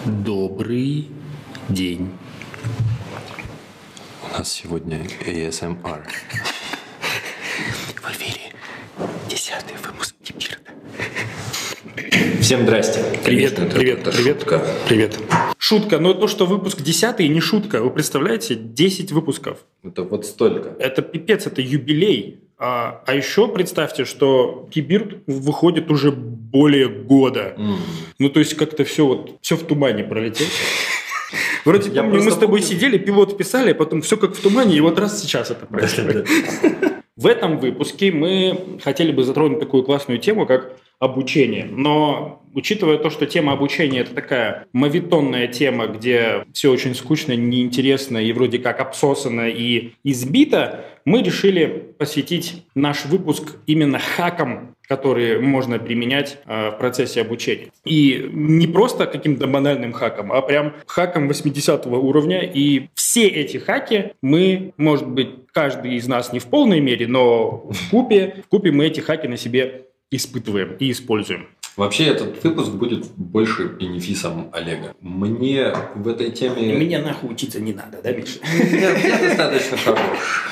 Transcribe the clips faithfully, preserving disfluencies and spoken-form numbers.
Добрый день. У нас сегодня эй эс эм ар. В эфире десятый выпуск Кибирда. Всем здрасте. Привет, Конечно, привет, это, это привет, шутка. привет. Шутка, но то, что выпуск десятый, не шутка. Вы представляете, десять выпусков. Это вот столько. Это пипец, это юбилей. А, а еще представьте, что Кибирд выходит уже более года. Mm. Ну, то есть как-то все вот все в тумане пролетело. Вроде Я помню, мы с тобой помню. сидели, пилот писали, а потом все как в тумане, и вот раз сейчас это происходит. В этом выпуске мы хотели бы затронуть такую классную тему, как обучение. Но учитывая то, что тема обучения – это такая моветонная тема, где все очень скучно, неинтересно и вроде как обсосано и избито, мы решили посвятить наш выпуск именно хакам, которые можно применять э, в процессе обучения. И не просто каким-то банальным хаком, а прям хаком восьмидесятого уровня. И все эти хаки мы, может быть, каждый из нас не в полной мере, но в купе, в купе мы эти хаки на себе испытываем и используем. Вообще этот выпуск будет больше бенефисом Олега. Мне в этой теме... Меня нахуй учиться не надо, да, Миша? Нет, я достаточно хорош.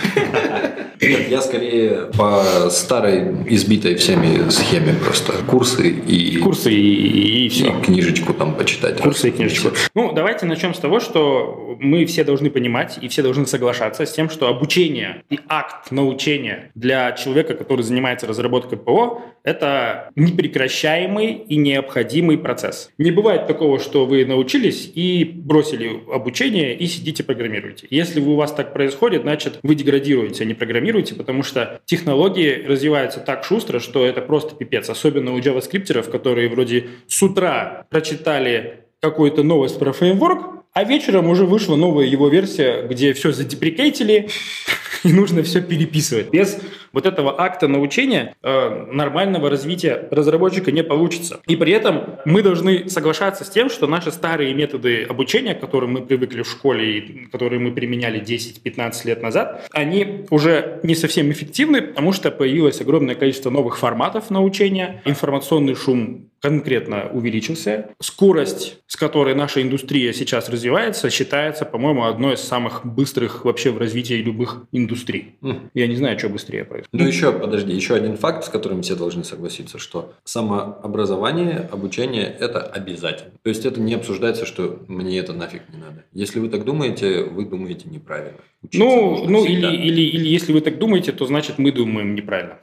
Нет, я скорее по старой, избитой всеми схеме просто. Курсы и... Курсы и, и все. И книжечку там почитать. Курсы и книжечку. Ну, давайте начнем с того, что мы все должны понимать и все должны соглашаться с тем, что обучение и акт научения для человека, который занимается разработкой ПО, это непрекращаемый и необходимый процесс. Не бывает такого, что вы научились и бросили обучение и сидите программируете. Если у вас так происходит, значит вы деградируете, а не программируете, потому что технологии развиваются так шустро, что это просто пипец. Особенно у джаваскриптеров, которые вроде с утра прочитали какую-то новость про фреймворк, а вечером уже вышла новая его версия, где все задеприкейтили, и нужно все переписывать. Без вот этого акта научения э, нормального развития разработчика не получится. И при этом мы должны соглашаться с тем, что наши старые методы обучения, к которым мы привыкли в школе и которые мы применяли десять-пятнадцать лет назад, они уже не совсем эффективны, потому что появилось огромное количество новых форматов научения, информационный шум конкретно увеличился. Скорость, с которой наша индустрия сейчас развивается, считается, по-моему, одной из самых быстрых вообще в развитии любых индустрий. Mm. Я не знаю, что быстрее происходит. Ну, еще, подожди, еще один факт, с которым все должны согласиться, что самообразование, обучение – это обязательно. То есть, это не обсуждается, что мне это нафиг не надо. Если вы так думаете, вы думаете неправильно. Учиться ну, ну или, всегда. или, или если вы так думаете, то значит мы думаем неправильно.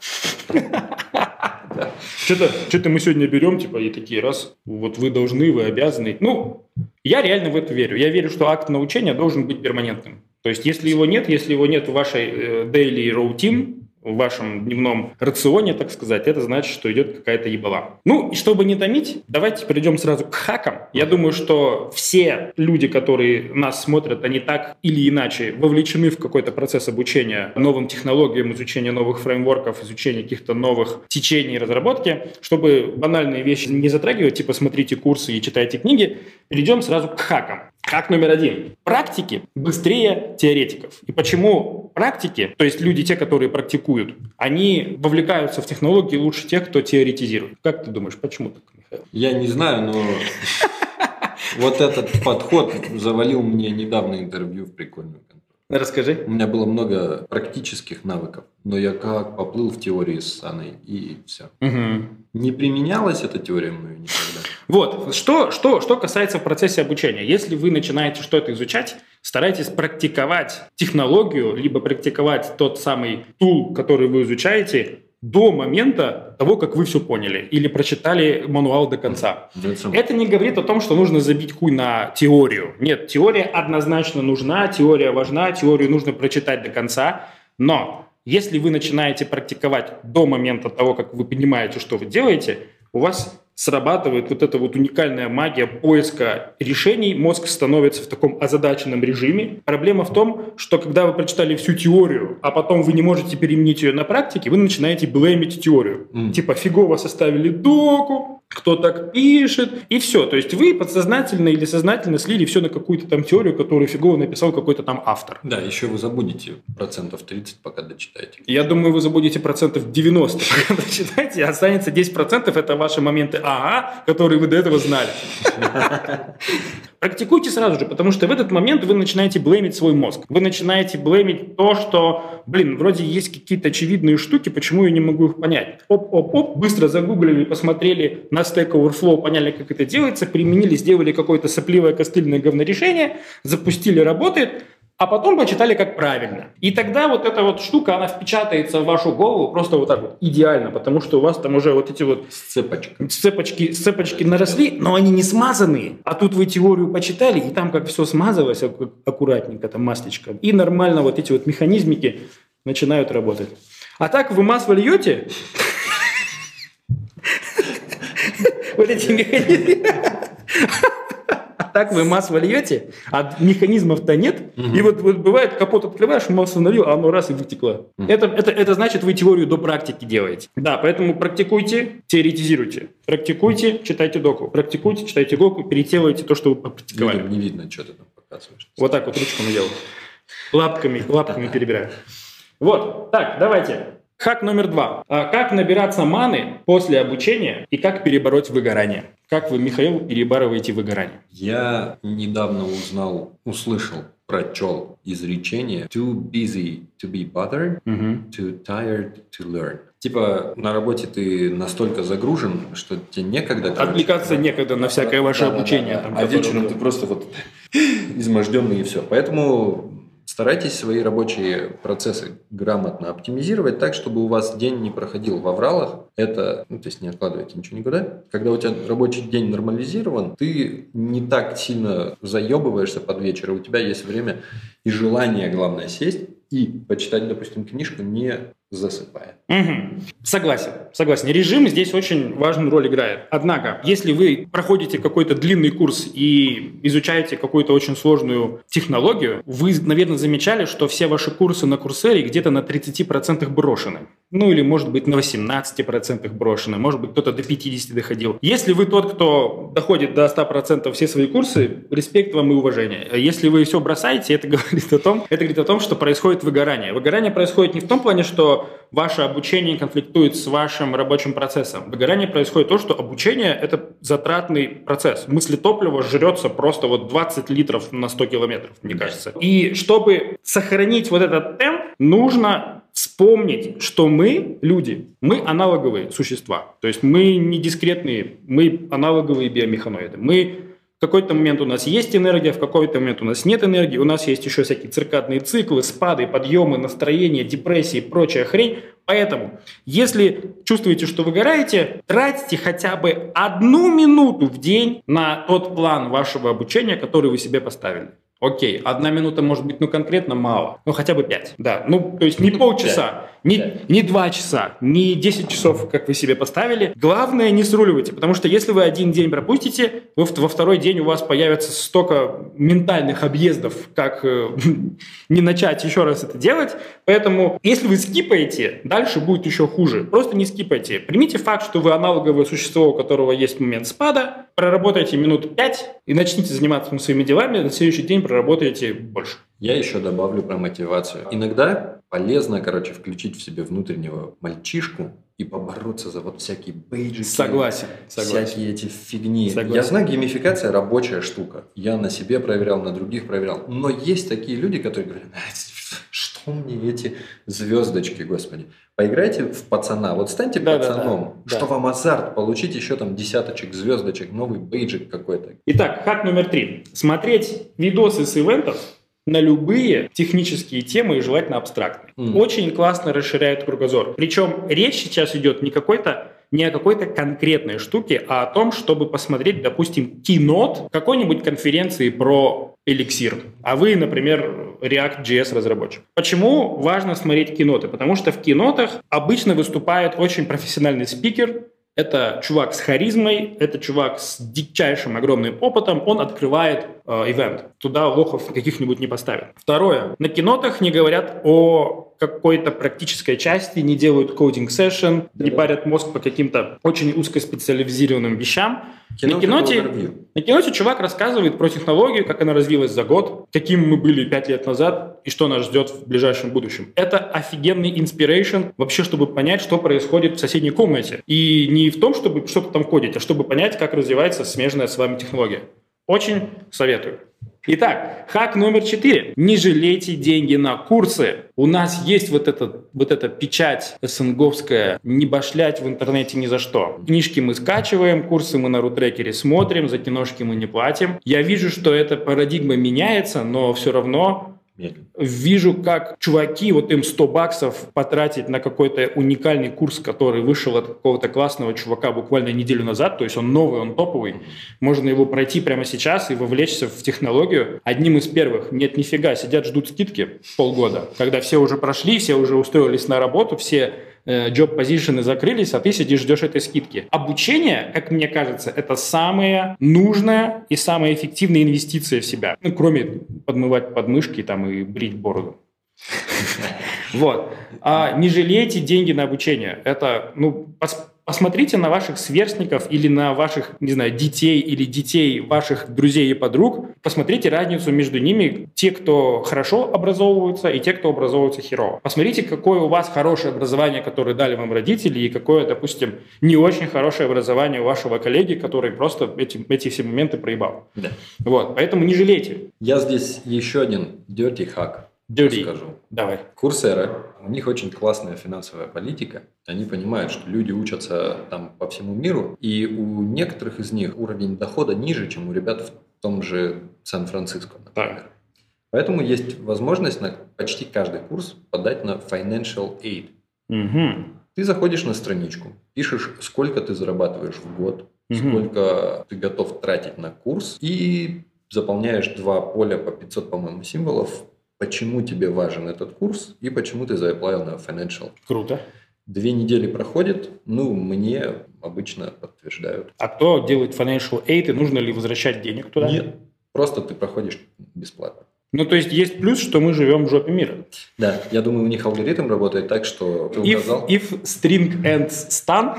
Что-то, что-то мы сегодня берем, типа, и такие, раз, вот вы должны, вы обязаны. Ну, я реально в это верю. Я верю, что акт научения должен быть перманентным. То есть, если его нет, если его нет в вашей э, daily routine, в вашем дневном рационе, так сказать, это значит, что идет какая-то ебала. Ну, и чтобы не томить, давайте перейдем сразу к хакам. Я думаю, что все люди, которые нас смотрят, они так или иначе вовлечены в какой-то процесс обучения новым технологиям, изучения новых фреймворков, изучения каких-то новых течений разработки. Чтобы банальные вещи не затрагивать, типа смотрите курсы и читайте книги, перейдем сразу к хакам. Хак номер один. Практики быстрее теоретиков. И почему практики, то есть люди, те, которые практикуют, они вовлекаются в технологии лучше тех, кто теоретизирует? Как ты думаешь, почему так, Михаил? Я не знаю, но вот этот подход завалил мне недавно интервью в прикольную контору. Расскажи. У меня было много практических навыков, но я как поплыл в теории с Анной, и все. Угу. Не применялась эта теория мною никогда. Вот, что, что, что касается в процессе обучения. Если вы начинаете что-то изучать, старайтесь практиковать технологию, либо практиковать тот самый тул, который вы изучаете, до момента того, как вы все поняли или прочитали мануал до конца. Это, Это не говорит о том, что нужно забить хуй на теорию. Нет, теория однозначно нужна, теория важна, теорию нужно прочитать до конца, но если вы начинаете практиковать до момента того, как вы понимаете, что вы делаете, у вас срабатывает вот эта вот уникальная магия поиска решений, мозг становится в таком озадаченном режиме. Проблема в том, что когда вы прочитали всю теорию, а потом вы не можете применить ее на практике, вы начинаете блеймить теорию. Mm. Типа фигово составили доку, кто так пишет, и все. То есть вы подсознательно или сознательно слили все на какую-то там теорию, которую фигово написал какой-то там автор. Да, еще вы забудете процентов тридцать, пока дочитаете. Я думаю, вы забудете процентов девяносто, пока дочитаете, и останется десять процентов, это ваши моменты ага, которые вы до этого знали. Практикуйте сразу же, потому что в этот момент вы начинаете блеймить свой мозг. Вы начинаете блеймить то, что, блин, вроде есть какие-то очевидные штуки, почему я не могу их понять. Оп-оп-оп, быстро загуглили, посмотрели на Stack Overflow, поняли, как это делается, применили, сделали какое-то сопливое костыльное говнорешение, запустили, работает, а потом почитали, как правильно. И тогда вот эта вот штука, она впечатается в вашу голову просто вот так вот идеально, потому что у вас там уже вот эти вот Сцепочка. Сцепочки, сцепочки наросли, но они не смазанные. А тут вы теорию почитали, и там как все смазалось ак- аккуратненько, там маслечко. И нормально вот эти вот механизмики начинают работать. А так вы масло льете, вот эти механизмы... Так вы масло льете, а механизмов-то нет. Mm-hmm. И вот, вот бывает, капот открываешь, масло налил, а оно раз и вытекло. Mm-hmm. Это, это, это значит, вы теорию до практики делаете. Да, поэтому практикуйте, теоретизируйте. Практикуйте, читайте доку. Практикуйте, читайте доку, переделывайте то, что вы попрактиковали. Не, не видно, что ты там показываешь. Вот так вот ручками делаю. Лапками, лапками перебираю. Вот, так, давайте. Хак номер два. Как набираться маны после обучения и как перебороть выгорание? Как вы, Михаил, перебарываете выгорание? Я недавно узнал, услышал, прочел изречение «too busy to be bothered, угу. too tired to learn». Типа на работе ты настолько загружен, что тебе некогда... Отвлекаться короче, некогда на всякое ваше да, обучение. Да, да, там, а вечером ты просто вот изможденный и все. Поэтому... Старайтесь свои рабочие процессы грамотно оптимизировать так, чтобы у вас день не проходил в авралах. Это, ну, то есть не откладывайте ничего никуда. Когда у тебя рабочий день нормализирован, ты не так сильно заебываешься под вечер. У тебя есть время и желание, главное, сесть и почитать, допустим, книжку, не засыпая. Угу. Согласен, согласен. Режим здесь очень важную роль играет. Однако, если вы проходите какой-то длинный курс и изучаете какую-то очень сложную технологию, вы, наверное, замечали, что все ваши курсы на Курсере где-то на тридцать процентов брошены. Ну или, может быть, на восемнадцать процентов брошены. Может быть, кто-то до пятьдесят процентов доходил. Если вы тот, кто доходит до ста процентов все свои курсы, респект вам и уважение. Если вы все бросаете, это говорит о том, это говорит о том, что происходит выгорание. Выгорание происходит не в том плане, что ваше обучение конфликтует с вашим рабочим процессом. Выгорание происходит то, что обучение – это затратный процесс. Мыслетопливо жрется просто вот двадцать литров на сто километров, мне кажется. И чтобы сохранить вот этот темп, нужно вспомнить, что мы, люди, мы аналоговые существа. То есть мы не дискретные, мы аналоговые биомеханоиды. Мы в какой-то момент у нас есть энергия, в какой-то момент у нас нет энергии, у нас есть еще всякие циркадные циклы, спады, подъемы, настроения, депрессии и прочая хрень. Поэтому, если чувствуете, что выгораете, тратьте хотя бы одну минуту в день на тот план вашего обучения, который вы себе поставили. Окей, одна минута может быть, ну, конкретно мало, но хотя бы пять. Да, ну, то есть не полчаса, не, не два часа, не десять часов, как вы себе поставили. Главное, не сруливайте, потому что если вы один день пропустите, вы во второй день у вас появится столько ментальных объездов, как э, не начать еще раз это делать. Поэтому, если вы скипаете, дальше будет еще хуже. Просто не скипайте. Примите факт, что вы аналоговое существо, у которого есть момент спада, проработайте минут пять и начните заниматься своими делами, на следующий день проработаете больше. Я еще добавлю про мотивацию. Иногда полезно, короче, включить в себе внутреннего мальчишку и побороться за вот всякие бейджики. Согласен. согласен. Всякие эти фигни. Согласен. Я знаю, геймификация рабочая штука. Я на себе проверял, на других проверял. Но есть такие люди, которые говорят, что мне эти звездочки, господи. Поиграйте в пацана, вот станьте да, пацаном, да, да, что да. вам азарт, получить еще там десяточек, звездочек, новый бейджик какой-то. Итак, хак номер три. Смотреть видосы с ивентов на любые технические темы и желательно абстрактные. Mm. Очень классно расширяет кругозор. Причем речь сейчас идет не какой-то не о какой-то конкретной штуке, а о том, чтобы посмотреть, допустим, keynote какой-нибудь конференции про эликсир. А вы, например, React.js разработчик. Почему важно смотреть киноты? Потому что в кинотах обычно выступает очень профессиональный спикер. Это чувак с харизмой, это чувак с дичайшим огромным опытом. Он открывает э, ивент. Туда лохов каких-нибудь не поставят. Второе. На кинотах не говорят о какой-то практической части, не делают кодинг-сессион, не Да-да. парят мозг по каким-то очень Кино узкоспециализированным вещам. На как киноте, overview. на киноте чувак рассказывает про технологию, как она развилась за год, каким мы были пять лет назад и что нас ждет в ближайшем будущем. Это офигенный inspiration вообще, чтобы понять, что происходит в соседней комнате. И не в том, чтобы что-то там кодить, а чтобы понять, как развивается смежная с вами технология. Очень советую. Итак, хак номер четыре. Не жалейте деньги на курсы. У нас есть вот, эта, вот эта печать СНГовская, не башлять в интернете ни за что. Книжки мы скачиваем, курсы мы на рутрекере смотрим, за киношки мы не платим. Я вижу, что эта парадигма меняется, но все равно... Медленно. Вижу, как чуваки, вот им сто баксов потратить на какой-то уникальный курс, который вышел от какого-то классного чувака буквально неделю назад, то есть он новый, он топовый, можно его пройти прямо сейчас и вовлечься в технологию. Одним из первых. Нет, нифига, сидят, ждут скидки полгода, когда все уже прошли, все уже устроились на работу, все джоб-позишены закрылись, а ты сидишь, ждешь этой скидки. Обучение, как мне кажется, это самая нужная и самая эффективная инвестиция в себя. Ну, кроме подмывать подмышки там, и брить бороду. Вот. А не жалейте деньги на обучение. Это, ну, посмотрите на ваших сверстников или на ваших, не знаю, детей или детей ваших друзей и подруг. Посмотрите разницу между ними. Те, кто хорошо образовываются, и те, кто образовываются херово. Посмотрите, какое у вас хорошее образование, которое дали вам родители, и какое, допустим, не очень хорошее образование у вашего коллеги, который просто эти, эти все моменты проебал. Да. Вот. Поэтому не жалейте. Я здесь еще один dirty hack Dirty. скажу. Давай. Coursera, у них очень классная финансовая политика. Они понимают, что люди учатся там по всему миру, и у некоторых из них уровень дохода ниже, чем у ребят в том же Сан-Франциско, например. Так. Поэтому есть возможность на почти каждый курс подать на financial aid. Угу. Ты заходишь на страничку, пишешь, сколько ты зарабатываешь в год, Угу. сколько ты готов тратить на курс, и заполняешь два поля по пятьсот, по-моему, символов, почему тебе важен этот курс и почему ты заплатил на financial. Круто. Две недели проходит, ну, мне обычно подтверждают. А кто делает financial aid, и нужно ли возвращать денег туда? Нет, просто ты проходишь бесплатно. Ну, то есть есть плюс, что мы живем в жопе мира. Да, я думаю, у них алгоритм работает так, что ты указал... If, if string ends stan,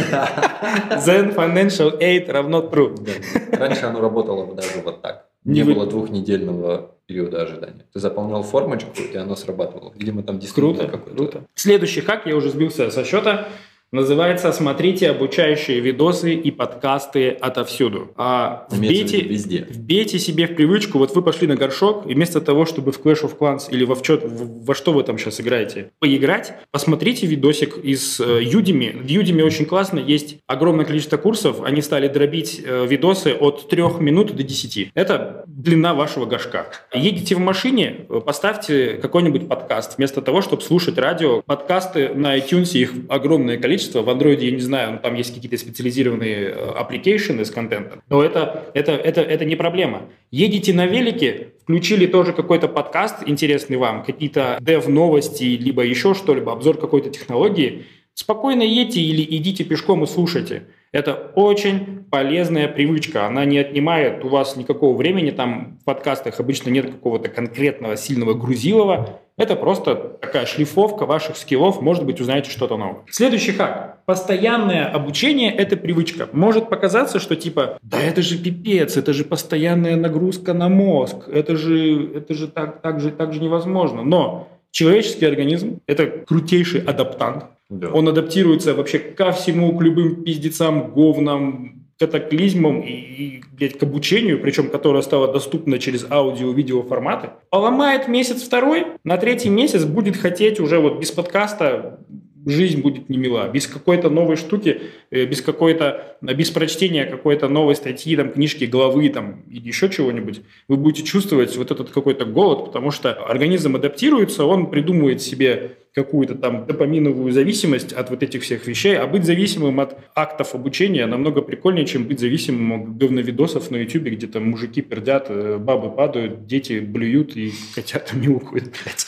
then financial aid равно true. Да. Раньше оно работало даже вот так. Не Не вы- было двухнедельного периода ожидания. Ты заполнял формочку, и оно сработало. Видимо, там действительно Круто, какой-то... круто. Следующий хак, я уже сбился со счета, называется «Смотрите обучающие видосы и подкасты отовсюду». А Имеется в вбейте, виду везде. вбейте себе в привычку, вот вы пошли на горшок, и вместо того, чтобы в Clash of Clans или во, в чё- в- во что вы там сейчас играете, поиграть, посмотрите видосик из э, Udemy. В Udemy очень классно, есть огромное количество курсов, они стали дробить э, видосы от трех минут до десяти. Это длина вашего горшка. Едете в машине, э, поставьте какой-нибудь подкаст, вместо того, чтобы слушать радио. Подкасты на iTunes, их огромное количество. В Android, я не знаю, ну, там есть какие-то специализированные applications с контентом, но это, это, это, это не проблема. Едете на велике, включили тоже какой-то подкаст интересный вам, какие-то дев-новости, либо еще что-либо, обзор какой-то технологии, спокойно едьте или идите пешком и слушайте. Это очень полезная привычка. Она не отнимает у вас никакого времени. Там в подкастах обычно нет какого-то конкретного сильного грузилова. Это просто такая шлифовка ваших скиллов. Может быть, узнаете что-то новое. Следующий хак. Постоянное обучение – это привычка. Может показаться, что типа, да это же пипец, это же постоянная нагрузка на мозг. Это же, это же так, так же, так же невозможно. Но человеческий организм – это крутейший адаптант. Да. Он адаптируется вообще ко всему, к любым пиздецам, говнам, катаклизмам и, и блядь, к обучению, причем которое стало доступно через аудио-видео форматы. Поломает месяц-второй, на третий месяц будет хотеть уже вот без подкаста, жизнь будет не мила, без какой-то новой штуки, без какой-то, без прочтения какой-то новой статьи, там, книжки, главы там, или еще чего-нибудь, вы будете чувствовать вот этот какой-то голод, потому что организм адаптируется, он придумывает себе какую-то там допаминовую зависимость от вот этих всех вещей, а быть зависимым от актов обучения намного прикольнее, чем быть зависимым от говновидосов на YouTube, где там мужики пердят, бабы падают, дети блюют и котята мяукают, блядь.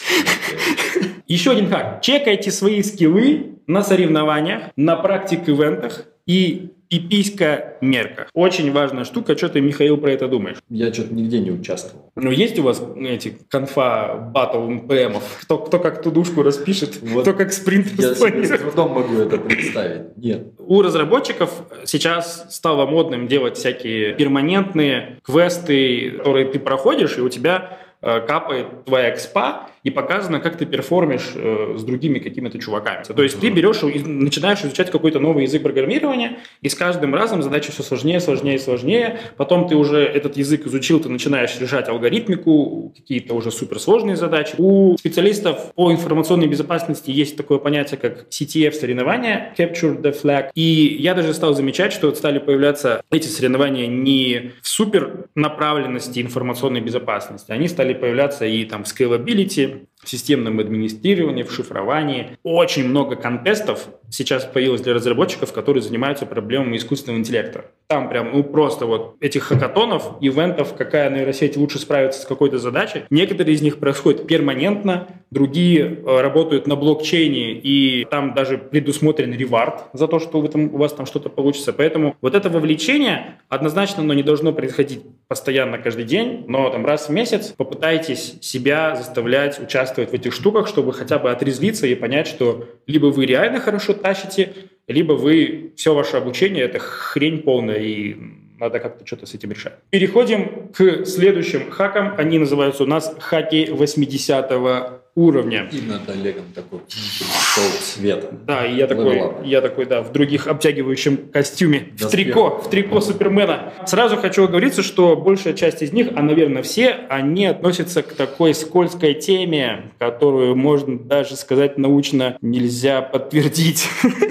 Еще один хак. Чекайте свои скиллы на соревнованиях, на практик-ивентах и пиписька мерка. Очень важная штука. Что ты, Михаил, про это думаешь? Я что-то нигде не участвовал. Ну, есть у вас эти конфа батл МПМов? Кто, кто как тудушку распишет, вот кто как спринт я распланирует? Я с трудом могу это представить. Нет. У разработчиков сейчас стало модным делать всякие перманентные квесты, которые ты проходишь, и у тебя э, капает твоя экспа, и показано, как ты перформишь э, с другими какими-то чуваками. То есть ты берешь и начинаешь изучать какой-то новый язык программирования, и с каждым разом задача все сложнее, сложнее, сложнее. Потом ты уже этот язык изучил, ты начинаешь решать алгоритмику, какие-то уже суперсложные задачи. У специалистов по информационной безопасности есть такое понятие, как си ти эф-соревнования, Capture the Flag. И я даже стал замечать, что стали появляться эти соревнования не в супер направленности информационной безопасности, они стали появляться и там в scalability, в системном администрировании, в шифровании. Очень много контестов сейчас появилось для разработчиков, которые занимаются проблемами искусственного интеллекта. Там прям, ну, просто вот этих хакатонов, ивентов, какая нейросеть лучше справится с какой-то задачей. Некоторые из них происходят перманентно, другие э, работают на блокчейне, и там даже предусмотрен ревард за то, что в этом, у вас там что-то получится. Поэтому вот это вовлечение однозначно, но не должно происходить постоянно каждый день, но там раз в месяц попытайтесь себя заставлять участвовать в этих штуках, чтобы хотя бы отрезвиться и понять, что либо вы реально хорошо тащите, либо вы, все ваше обучение – это хрень полная, и надо как-то что-то с этим решать. Переходим к следующим хакам. Они называются у нас хаки восьмидесятого уровня. И над Олегом такой шоу света. Да, и я такой, я такой, да, в других обтягивающем костюме, в трико, в трико Супермена. Сразу хочу оговориться, что большая часть из них, а, наверное, все, они относятся к такой скользкой теме, которую, можно даже сказать, научно нельзя подтвердить.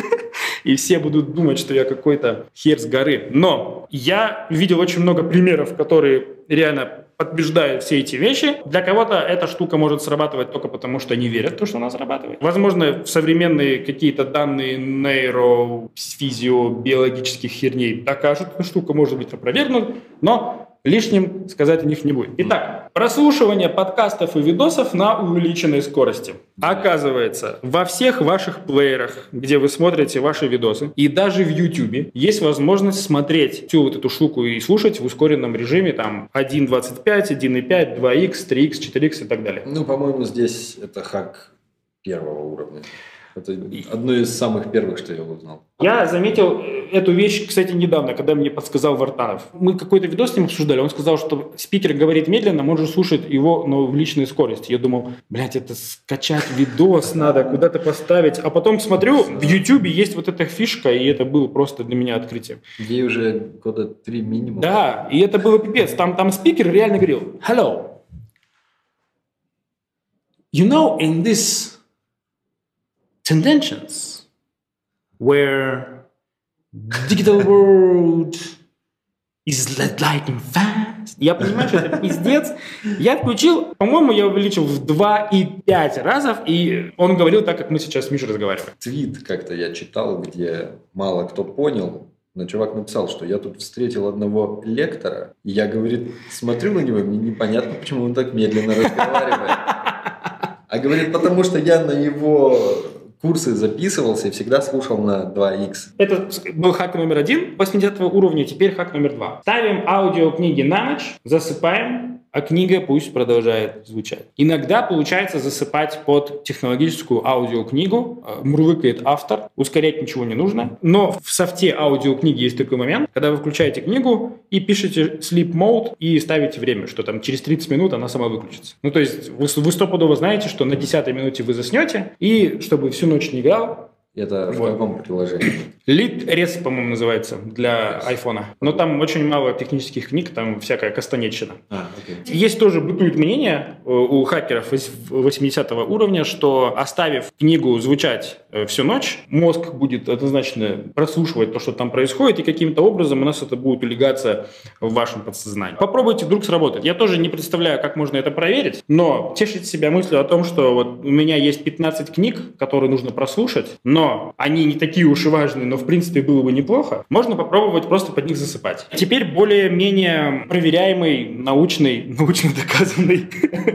И все будут думать, что я какой-то хер с горы. Но я видел очень много примеров, которые реально подтверждают все эти вещи. Для кого-то эта штука может срабатывать только потому, что они верят в то, что она срабатывает. Возможно, современные какие-то данные нейро, физио, биологических херней докажут, что штука может быть опровергнута, но лишним сказать о них не будет. Итак, прослушивание подкастов и видосов на увеличенной скорости. Оказывается, во всех ваших плеерах, где вы смотрите ваши видосы, и даже в YouTube, есть возможность смотреть всю вот эту штуку и слушать в ускоренном режиме, там, один двадцать пять, один и пять, два икс, три икс, четыре икс и так далее. Ну, по-моему, здесь это хак первого уровня. Это одно из самых первых, что я узнал. Я заметил эту вещь, кстати, недавно, когда мне подсказал Вартанов. Мы какой-то видос с ним обсуждали, он сказал, что спикер говорит медленно, можно слушать его, но в личной скорости. Я думал, блядь, это скачать видос надо, куда-то поставить. А потом смотрю, в YouTube есть вот эта фишка, и это было просто для меня открытием. Ей уже года три минимум. Да, и это было пипец. Там, там спикер реально говорил, hello, you know, in this tendencies where digital world is lightning fast. Я понимаю, что это пиздец. Я включил, по-моему, я увеличил в два и пять разов, и он говорил так, как мы сейчас с Мишей разговариваем. Твит как-то я читал, где мало кто понял, но чувак написал, что я тут встретил одного лектора, и я, говорит, смотрю на него, мне непонятно, почему он так медленно разговаривает. А говорит, потому что я на его курсы записывался и всегда слушал на два икс. Это был хак номер один восьмидесятого уровня, теперь хак номер два. Ставим аудиокниги на ночь, засыпаем, а книга пусть продолжает звучать. Иногда получается засыпать под технологическую аудиокнигу, мурлыкает автор, ускорять ничего не нужно. Но в софте аудиокниги есть такой момент, когда вы включаете книгу и пишете sleep mode и ставите время, что там через тридцать минут она сама выключится. Ну то есть вы, вы стопудово знаете, что на десятой минуте вы заснете, и чтобы всю ночь не играл. Это в вот. Каком приложении? Lead Rest, по-моему, называется для айфона. Но там очень мало технических книг, там всякая кастанетчина. А, окей. Есть тоже, бытует мнение у хакеров восьмидесятого уровня, что оставив книгу звучать всю ночь, мозг будет однозначно прослушивать то, что там происходит, и каким-то образом у нас это будет улегаться в вашем подсознании. Попробуйте, вдруг сработает. Я тоже не представляю, как можно это проверить, но тешите себя мыслью о том, что вот у меня есть пятнадцать книг, которые нужно прослушать, но но они не такие уж и важные, но в принципе было бы неплохо, можно попробовать просто под них засыпать. Теперь более-менее проверяемый, научный, научно доказанный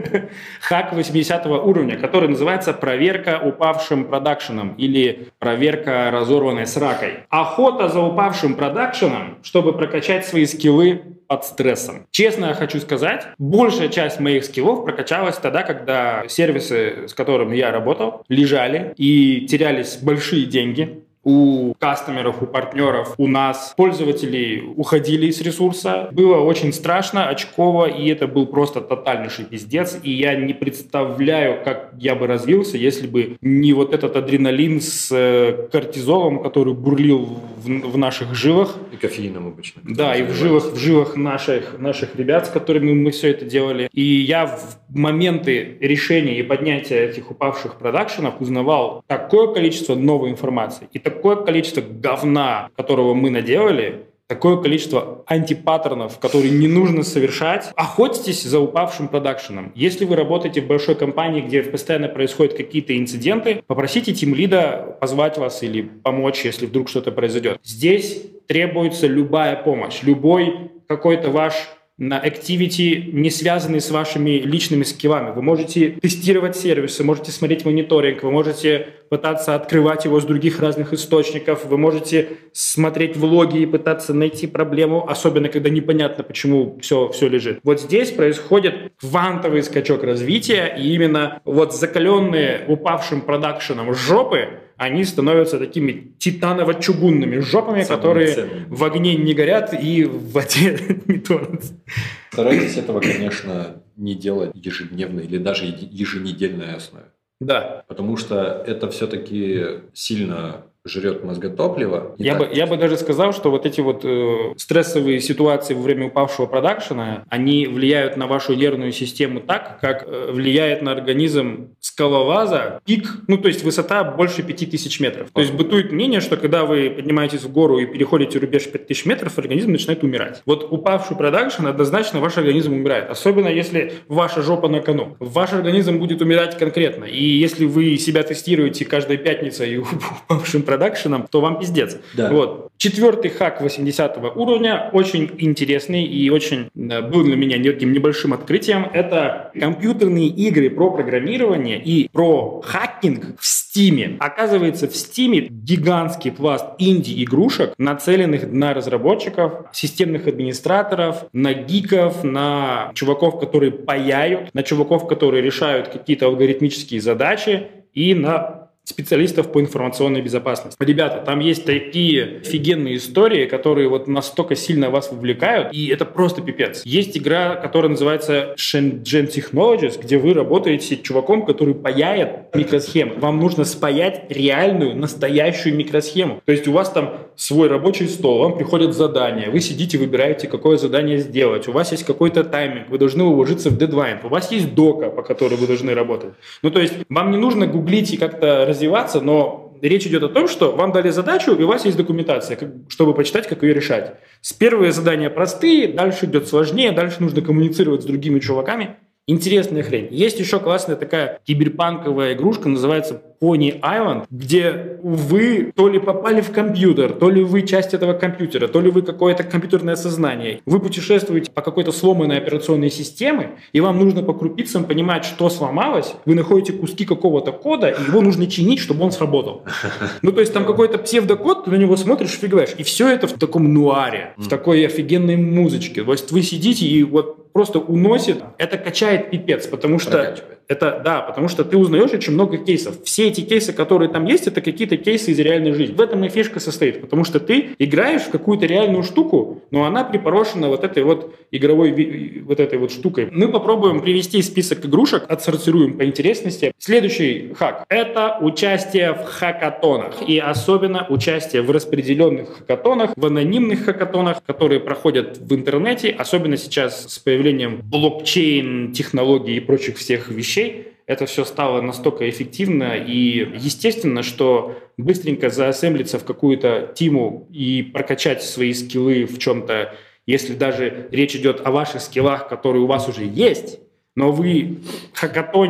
хак восьмидесятого уровня, который называется проверка упавшим продакшеном или проверка разорванной сракой. Охота за упавшим продакшеном, чтобы прокачать свои скиллы под стрессом. Честно я хочу сказать, большая часть моих скиллов прокачалась тогда, когда сервисы, с которыми я работал, лежали и терялись большие деньги. У кастомеров, у партнеров, у нас пользователи уходили с ресурса. Было очень страшно, очково, и это был просто тотальнейший пиздец. И я не представляю, как я бы развился, если бы не вот этот адреналин с кортизолом, который бурлил в, в наших жилах. И кофеином обычно. Да, и в жилах, в жилах наших, наших ребят, с которыми мы все это делали. И я в моменты решения и поднятия этих упавших продакшенов узнавал такое количество новой информации и такое количество говна, которого мы наделали, такое количество антипаттернов, которые не нужно совершать. Охотитесь за упавшим продакшеном. Если вы работаете в большой компании, где постоянно происходят какие-то инциденты, попросите тимлида позвать вас или помочь, если вдруг что-то произойдет. Здесь требуется любая помощь, любой какой-то ваш на activity, не связанные с вашими личными скиллами. Вы можете тестировать сервисы, можете смотреть мониторинг, вы можете пытаться открывать его с других разных источников, вы можете смотреть влоги и пытаться найти проблему, особенно когда непонятно, почему все, все лежит. Вот здесь происходит квантовый скачок развития, и именно вот закаленные упавшим продакшеном жопы, они становятся такими титаново-чугунными жопами, самые которые ценные. В огне не горят и в воде не тонут. Старайтесь этого, конечно, не делать ежедневно или даже еженедельной основе. Да. Потому что это все-таки сильно жрет мозготопливо. Я бы, я бы даже сказал, что вот эти вот э, стрессовые ситуации во время упавшего продакшена, они влияют на вашу нервную систему так, как э, влияет на организм скалолаза пик, ну то есть высота больше пяти тысяч метров. То есть бытует мнение, что когда вы поднимаетесь в гору и переходите рубеж пять тысяч метров, организм начинает умирать. Вот упавший продакшен, однозначно ваш организм умирает. Особенно если ваша жопа на кону. Ваш организм будет умирать конкретно. И если вы себя тестируете каждой пятницей упавшим продакшеном, то вам пиздец. Да. Вот. Четвертый хак восьмидесятого уровня, очень интересный и очень был для меня неким небольшим открытием. Это компьютерные игры про программирование и про хакинг в Steam. Оказывается, в Steam гигантский пласт инди-игрушек, нацеленных на разработчиков, системных администраторов, на гиков, на чуваков, которые паяют, на чуваков, которые решают какие-то алгоритмические задачи и на специалистов по информационной безопасности. Ребята, там есть такие офигенные истории, которые вот настолько сильно вас вовлекают, и это просто пипец. Есть игра, которая называется Shenzhen Technologies, где вы работаете с чуваком, который паяет микросхемы. Вам нужно спаять реальную, настоящую микросхему. То есть у вас там свой рабочий стол, вам приходят задания, вы сидите, выбираете, какое задание сделать, у вас есть какой-то тайминг, вы должны уложиться в дедлайн, у вас есть дока, по которой вы должны работать. Ну, то есть вам не нужно гуглить и как-то развиваться, но речь идет о том, что вам дали задачу, и у вас есть документация, чтобы почитать, как ее решать. С первые задания простые, дальше идет сложнее, дальше нужно коммуницировать с другими чуваками. Интересная хрень. Есть еще классная такая киберпанковая игрушка, называется Pony Island, где вы то ли попали в компьютер, то ли вы часть этого компьютера, то ли вы какое-то компьютерное сознание. Вы путешествуете по какой-то сломанной операционной системе, и вам нужно по крупицам понимать, что сломалось. Вы находите куски какого-то кода, и его нужно чинить, чтобы он сработал. Ну, то есть там какой-то псевдокод, ты на него смотришь, фигаешь. И все это в таком нуаре, в такой офигенной музычке. То есть вы сидите и вот просто уносит. Это качает пипец, потому что... Это, да, потому что ты узнаешь очень много кейсов. Все эти кейсы, которые там есть, это какие-то кейсы из реальной жизни. В этом и фишка состоит, потому что ты играешь в какую-то реальную штуку, но она припорошена вот этой вот игровой вот этой вот штукой. Мы попробуем привести список игрушек, отсортируем по интересности. Следующий хак – это участие в хакатонах, и особенно участие в распределенных хакатонах, в анонимных хакатонах, которые проходят в интернете, особенно сейчас с появлением блокчейн, технологий и прочих всех вещей. Это все стало настолько эффективно и естественно, что быстренько заассемблиться в какую-то тиму и прокачать свои скиллы в чем-то, если даже речь идет о ваших скиллах, которые у вас уже есть, но вы хакатоня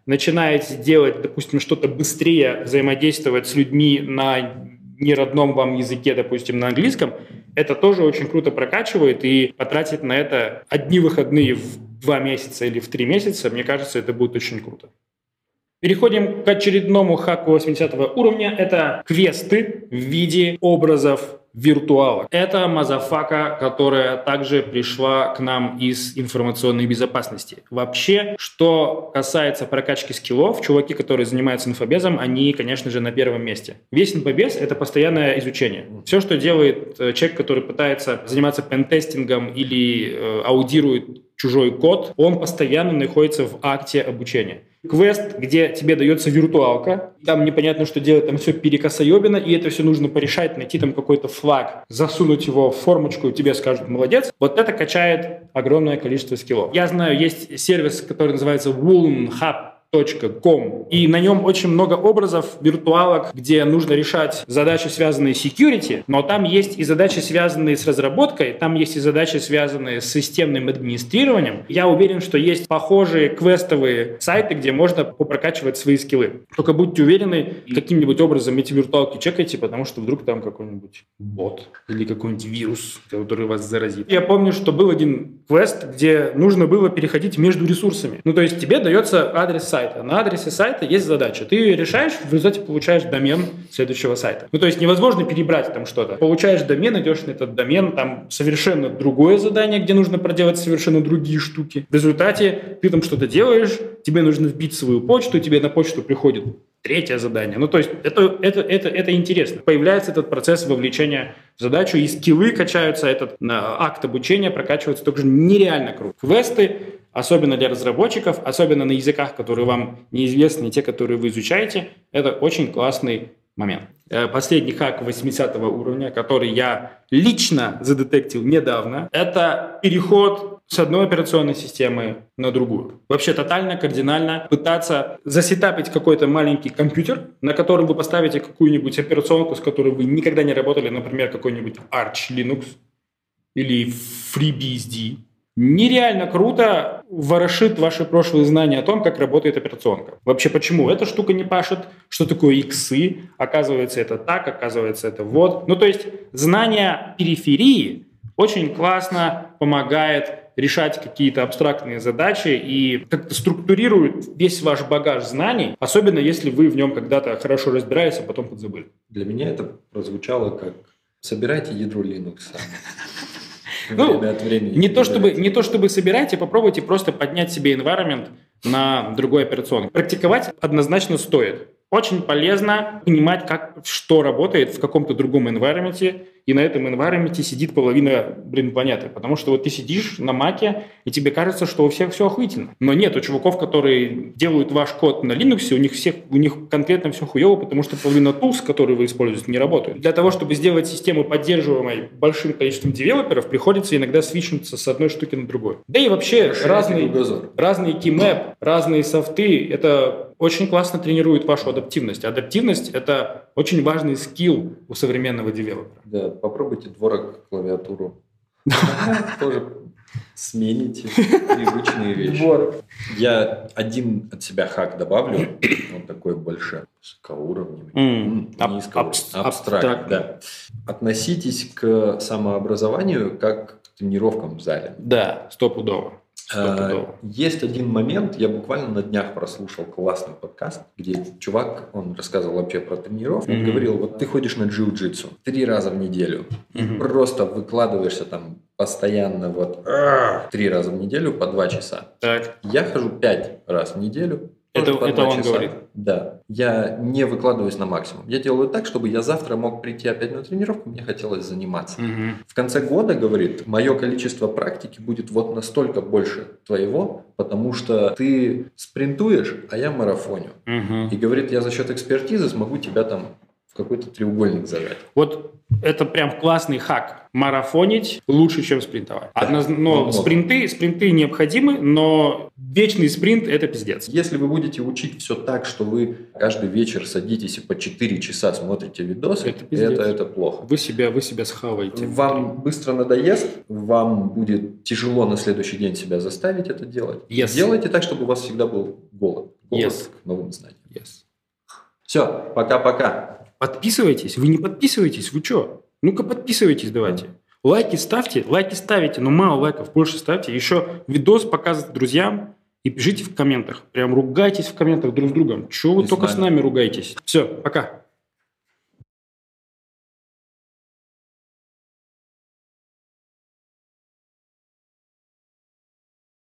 начинаете делать, допустим, что-то быстрее, взаимодействовать с людьми на неродном вам языке, допустим, на английском, это тоже очень круто прокачивает, и потратить на это одни выходные в два месяца или в три месяца, мне кажется, это будет очень круто. Переходим к очередному хаку восьмидесятого уровня. Это квесты в виде образов виртуалок. Это мазафака, которая также пришла к нам из информационной безопасности. Вообще, что касается прокачки скиллов, чуваки, которые занимаются инфобезом, они, конечно же, на первом месте. Весь инфобез — это постоянное изучение. Все, что делает человек, который пытается заниматься пентестингом или э, аудирует чужой код, он постоянно находится в акте обучения. Квест, где тебе дается виртуалка, там непонятно, что делать, там все перекосоебено, и это все нужно порешать, найти там какой-то флаг, засунуть его в формочку, и тебе скажут «молодец». Вот это качает огромное количество скиллов. Я знаю, есть сервис, который называется woolen hub точка ком, и на нем очень много образов, виртуалок, где нужно решать задачи, связанные с security, но там есть и задачи, связанные с разработкой, там есть и задачи, связанные с системным администрированием. Я уверен, что есть похожие квестовые сайты, где можно попрокачивать свои скиллы. Только будьте уверены, каким-нибудь образом эти виртуалки чекайте, потому что вдруг там какой-нибудь бот или какой-нибудь вирус, который вас заразит. Я помню, что был один квест, где нужно было переходить между ресурсами. Ну, то есть тебе дается адрес сайта. На адресе сайта есть задача. Ты решаешь, в результате получаешь домен следующего сайта. Ну, то есть невозможно перебрать там что-то. Получаешь домен, идешь на этот домен, там совершенно другое задание, где нужно проделать совершенно другие штуки. В результате ты там что-то делаешь, тебе нужно вбить свою почту, тебе на почту приходит третье задание. Ну, то есть это, это, это, это интересно. Появляется этот процесс вовлечения в задачу, и скиллы качаются, этот на, акт обучения прокачивается тоже нереально круто. Квесты, особенно для разработчиков, особенно на языках, которые вам неизвестны, те, которые вы изучаете, это очень классный момент. Последний хак восьмидесятого уровня, который я лично задетектил недавно, это переход с одной операционной системы на другую. Вообще тотально, кардинально пытаться засетапить какой-то маленький компьютер, на котором вы поставите какую-нибудь операционку, с которой вы никогда не работали, например, какой-нибудь Arch Linux или FreeBSD. Нереально круто ворошит ваши прошлые знания о том, как работает операционка. Вообще, почему эта штука не пашет, что такое иксы, оказывается, это так, оказывается, это вот. Ну, то есть знание периферии очень классно помогает решать какие-то абстрактные задачи и как-то структурирует весь ваш багаж знаний, особенно если вы в нем когда-то хорошо разбирались, а потом подзабыли. Для меня это прозвучало как «собирайте ядро Linux». Ну, не то, чтобы, не то чтобы собирайте, попробуйте просто поднять себе environment на другой операционке. Практиковать однозначно стоит. Очень полезно понимать, как, что работает в каком-то другом environment, и на этом environment сидит половина, блин, планеты. Потому что вот ты сидишь на маке, и тебе кажется, что у всех все охуительно. Но нет, у чуваков, которые делают ваш код на Linux, у них, всех, у них конкретно все хуево, потому что половина tools, которые вы используете, не работают. Для того, чтобы сделать систему, поддерживаемой большим количеством девелоперов, приходится иногда свитчиться с одной штуки на другую. Да и вообще разные, разные keymap, разные софты, это очень классно тренирует вашу адаптивность. Адаптивность – это очень важный скилл у современного девелопера. Да, попробуйте дворок клавиатуру. Тоже смените привычные вещи. Я один от себя хак добавлю. Он такой больше высокоуровневый, абстракт. Да. Относитесь к самообразованию как к тренировкам в зале. Да, стопудово. А, есть один момент, я буквально на днях прослушал классный подкаст, где чувак, он рассказывал вообще про тренировку, он mm-hmm. говорил, вот ты ходишь на джиу-джитсу три раза в неделю, mm-hmm. и просто выкладываешься там постоянно вот три раза в неделю по два часа. Так. Я хожу пять раз в неделю. Это, это он часа. Говорит? Да. Я не выкладываюсь на максимум. Я делаю так, чтобы я завтра мог прийти опять на тренировку, мне хотелось заниматься. Угу. В конце года, говорит, мое количество практики будет вот настолько больше твоего, потому что ты спринтуешь, а я марафоню. Угу. И говорит, я за счет экспертизы смогу тебя там в какой-то треугольник зажать. Вот это прям классный хак. Марафонить лучше, чем спринтовать. Одноз... Но Ну, спринты, спринты необходимы, но вечный спринт – это пиздец. Если вы будете учить все так, что вы каждый вечер садитесь и по четыре часа смотрите видосы, Это это, пиздец. это, это плохо. Вы себя, вы себя схаваете. Вам быстро надоест, вам будет тяжело на следующий день себя заставить это делать. Yes. Делайте так, чтобы у вас всегда был голод. Голод Yes. к новым знаниям. Yes. Все, пока-пока. Подписывайтесь. Вы не подписываетесь? Вы что? Ну-ка подписывайтесь давайте. Лайки ставьте. Лайки ставите, но мало лайков, больше ставьте. Еще видос показывайте друзьям и пишите в комментах. Прям ругайтесь в комментах друг с другом. Чего вы И с только с нами. нами ругаетесь? Все, пока.